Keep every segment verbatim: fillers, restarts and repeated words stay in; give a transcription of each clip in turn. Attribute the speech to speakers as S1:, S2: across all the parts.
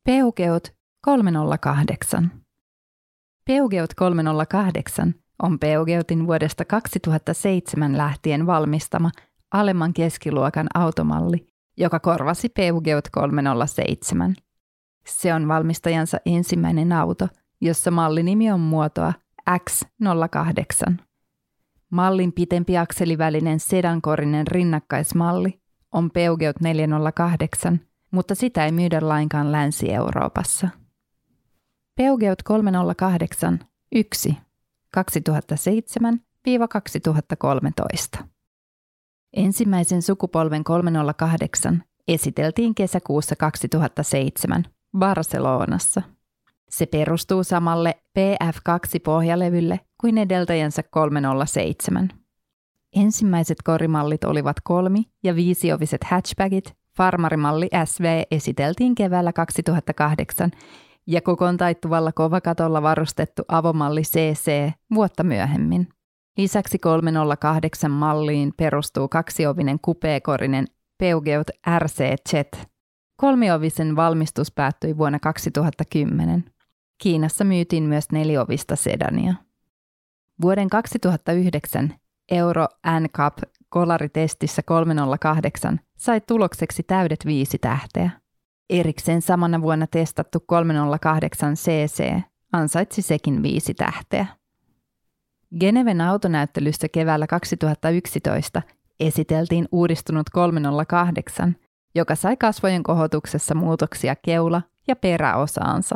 S1: Peugeot kolmesataakahdeksan. Peugeot kolmesataakahdeksan on Peugeotin vuodesta kaksituhattaseitsemän lähtien valmistama alemman keskiluokan automalli, joka korvasi Peugeot kolmesataaseitsemän. Se on valmistajansa ensimmäinen auto, jossa mallinimi on muotoa X nolla kahdeksan. Mallin pitempi akselivälinen sedankorinen rinnakkaismalli on Peugeot neljäsataakahdeksan, mutta sitä ei myydä lainkaan Länsi-Euroopassa. Peugeot kolmesataakahdeksan yksi kaksituhattaseitsemän kaksituhattakolmetoista. Ensimmäisen sukupolven kolmesataakahdeksan esiteltiin kesäkuussa kaksituhattaseitsemän Barcelonassa. Se perustuu samalle P F kaksi -pohjalevylle kuin edeltäjänsä kolmesataaseitsemän. Ensimmäiset korimallit olivat kolmi- ja viisioviset hatchbackit. Farmarimalli S V esiteltiin keväällä kaksituhattakahdeksan ja kokoon taittuvalla kovakatolla varustettu avomalli C C vuotta myöhemmin. Lisäksi kolmesataakahdeksan malliin perustuu kaksiovinen kupeekorinen Peugeot R C Z. Kolmiovisen valmistus päättyi vuonna kaksituhattakymmenen. Kiinassa myytiin myös neliovista sedania. Vuoden kaksituhattayhdeksän Euro N C A P-kolaritestissä kolmesataakahdeksan sai tulokseksi täydet viisi tähteä. Erikseen samana vuonna testattu kolmesataakahdeksan C C ansaitsi sekin viisi tähteä. Geneven autonäyttelyssä keväällä kaksituhattayksitoista esiteltiin uudistunut kolmesataakahdeksan, joka sai kasvojen kohotuksessa muutoksia keula- ja peräosaansa.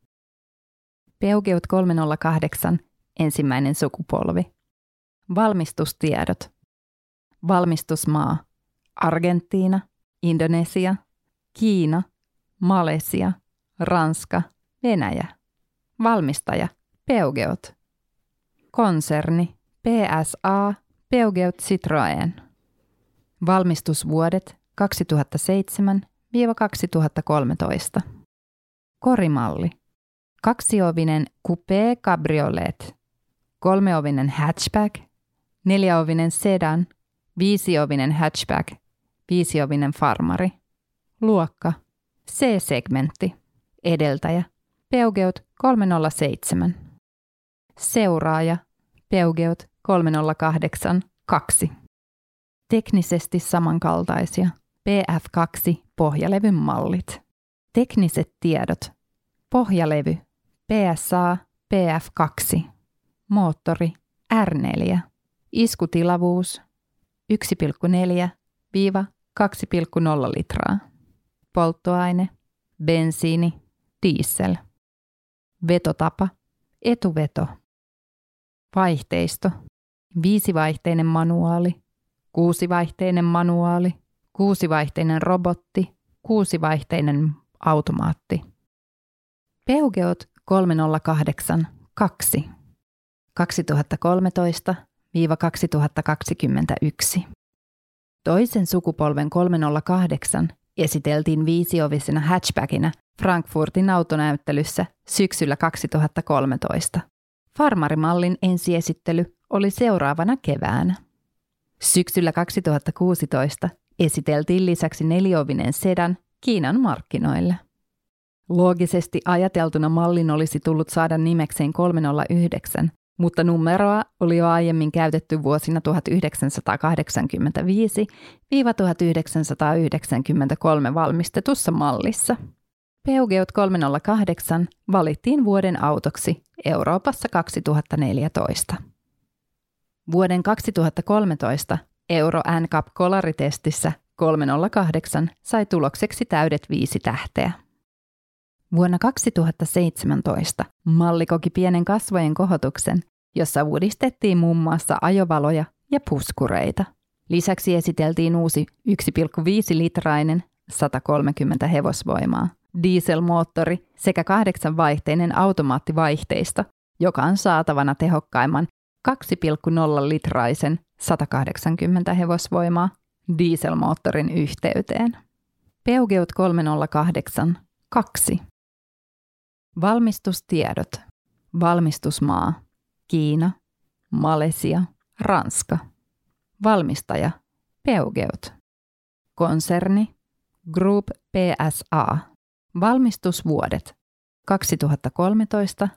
S1: Peugeot kolmesataakahdeksan ensimmäinen sukupolvi. Valmistustiedot. Valmistusmaa: Argentiina, Indonesia, Kiina, Malesia, Ranska, Venäjä. Valmistaja: Peugeot. Konserni: P S A, Peugeot Citroën. Valmistusvuodet kaksituhattaseitsemän kaksituhattakolmetoista. Korimalli: kaksiovinen Coupé Cabriolet, kolmeovinen hatchback, neljäovinen sedan, viisiovinen hatchback, viisiovinen farmari. Luokka: C-segmentti. Edeltäjä: Peugeot kolmesataaseitsemän. Seuraaja: Peugeot kolmesataakahdeksan kaksi. Teknisesti samankaltaisia P F kaksi -pohjalevyn mallit. Tekniset tiedot: pohjalevy P S A P F kaksi. Moottori R neljä. Iskutilavuus yksi pilkku neljä - kaksi pilkku nolla litraa. Polttoaine bensiini, diesel. Vetotapa etuveto. Vaihteisto: viisivaihteinen manuaali, kuusivaihteinen manuaali, kuusivaihteinen robotti, kuusivaihteinen automaatti. Peugeot kolmesataakahdeksan kaksi kaksituhattakolmetoista kaksituhattakaksikymmentäyksi. Toisen sukupolven kolmesataakahdeksan esiteltiin viisiovisena hatchbackina Frankfurtin autonäyttelyssä syksyllä kaksituhattakolmetoista. Farmarimallin ensiesittely oli seuraavana keväänä. Syksyllä kaksituhattakuusitoista esiteltiin lisäksi neliovinen sedan Kiinan markkinoille. Loogisesti ajateltuna mallin olisi tullut saada nimekseen kolmesataayhdeksän, mutta numeroa oli jo aiemmin käytetty vuosina tuhatyhdeksänsataakahdeksankymmentäviisi - tuhatyhdeksänsataayhdeksänkymmentäkolme valmistetussa mallissa. Peugeot kolmesataakahdeksan valittiin vuoden autoksi Euroopassa kaksituhattaneljätoista. Vuoden kaksituhattakolmetoista Euro N C A P-kolaritestissä kolmesataakahdeksan sai tulokseksi täydet viisi tähteä. Vuonna kaksituhattaseitsemäntoista malli koki pienen kasvojen kohotuksen, jossa uudistettiin muun muassa ajovaloja ja puskureita. Lisäksi esiteltiin uusi yksi pilkku viisi litrainen sata kolmekymmentä hevosvoimaa dieselmoottori sekä kahdeksanvaihteinen automaattivaihteisto, joka on saatavana tehokkaimman kaksi pilkku nolla litraisen sata kahdeksankymmentä hevosvoimaa dieselmoottorin yhteyteen. Peugeot kolmesataakahdeksan kaksi. Valmistustiedot. Valmistusmaa: Kiina, Malesia, Ranska. Valmistaja: Peugeot. Konserni: Group P S A. Valmistusvuodet kaksituhattakolmetoista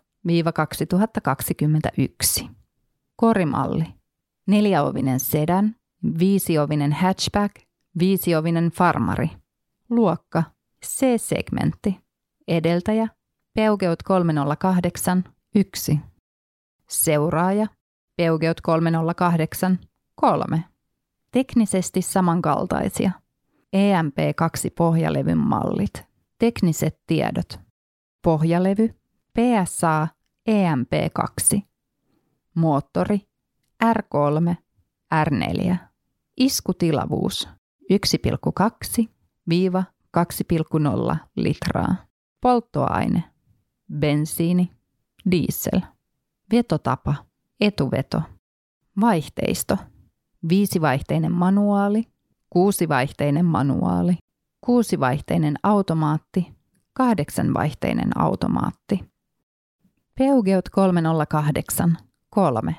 S1: kaksituhattakaksikymmentäyksi. Korimalli. Neljäovinen sedan, viisiovinen hatchback, viisiovinen farmari. Luokka C-segmentti. Edeltäjä Peugeot kolmesataakahdeksan yksi. Seuraaja Peugeot kolmesataakahdeksan kolme. Teknisesti samankaltaisia. E M P kaksi pohjalevyn mallit. Tekniset tiedot. Pohjalevy P S A E M P kaksi. Moottori R kolme R neljä. Iskutilavuus yksi pilkku kaksi - kaksi pilkku nolla litraa. Polttoaine bensiini, diesel. Vetotapa etuveto. Vaihteisto viisivaihteinen manuaali, kuusivaihteinen manuaali, kuusivaihteinen automaatti, kahdeksanvaihteinen automaatti. Peugeot kolmesataakahdeksan kolme.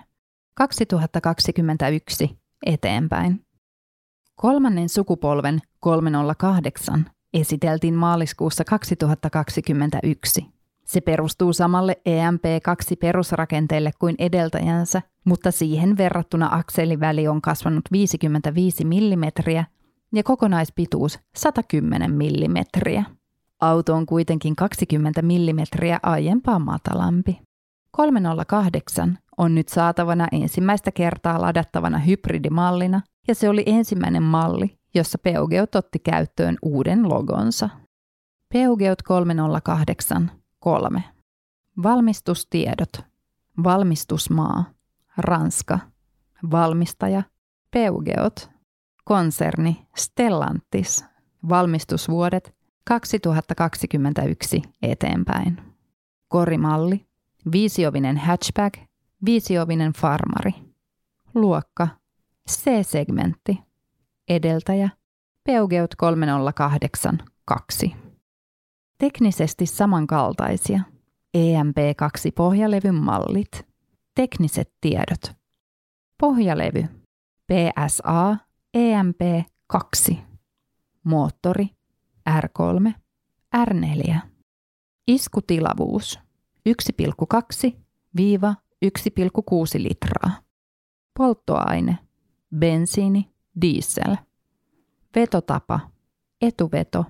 S1: kaksituhattakaksikymmentäyksi eteenpäin. Kolmannen sukupolven kolmesataakahdeksan esiteltiin maaliskuussa kaksituhattakaksikymmentäyksi. Se perustuu samalle E M P kaksi perusrakenteelle kuin edeltäjänsä, mutta siihen verrattuna akseliväli on kasvanut viisikymmentäviisi millimetriä ja kokonaispituus sata kymmenen millimetriä. Auto on kuitenkin kaksikymmentä millimetriä aiempaa matalampi. kolmesataakahdeksan on nyt saatavana ensimmäistä kertaa ladattavana hybridimallina ja se oli ensimmäinen malli, jossa Peugeot otti käyttöön uuden logonsa. Peugeot kolmesataakahdeksan kolme. Valmistustiedot. Valmistusmaa Ranska. Valmistaja Peugeot. Konserni Stellantis. Valmistusvuodet kaksituhattakaksikymmentäyksi eteenpäin. Korimalli viisiovinen hatchback, viisiovinen farmari. Luokka C-segmentti. Edeltäjä Peugeot kolmesataakahdeksan kaksi. Teknisesti samankaltaisia. E M P kaksi pohjalevyn mallit. Tekniset tiedot. Pohjalevy P S A E M P kaksi. Moottori R kolme R neljä. Iskutilavuus yksi pilkku kaksi - yksi pilkku kuusi litraa. Polttoaine bensiini, diesel. Vetotapa etuveto.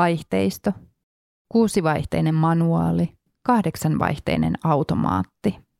S1: Vaihteisto kuusivaihteinen manuaali, kahdeksanvaihteinen automaatti.